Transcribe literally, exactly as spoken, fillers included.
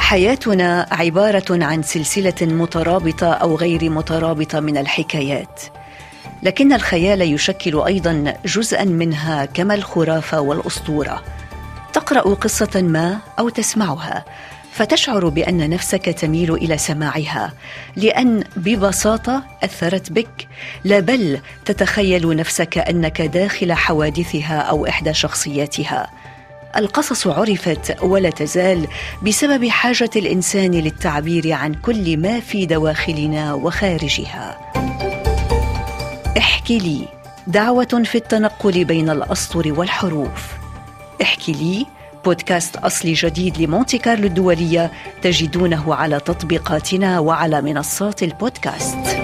حياتنا عبارة عن سلسلة مترابطة أو غير مترابطة من الحكايات، لكن الخيال يشكل أيضاً جزءاً منها كما الخرافة والأسطورة. تقرأ قصة ما أو تسمعها فتشعر بأن نفسك تميل إلى سماعها، لأن ببساطة أثرت بك، لا بل تتخيل نفسك أنك داخل حوادثها أو إحدى شخصياتها. القصص عرفت ولا تزال بسبب حاجة الإنسان للتعبير عن كل ما في دواخلنا وخارجها. احكي لي، دعوة في التنقل بين الأسطر والحروف. احكي لي بودكاست أصلي جديد لمونتي كارلو الدولية، تجدونه على تطبيقاتنا وعلى منصات البودكاست.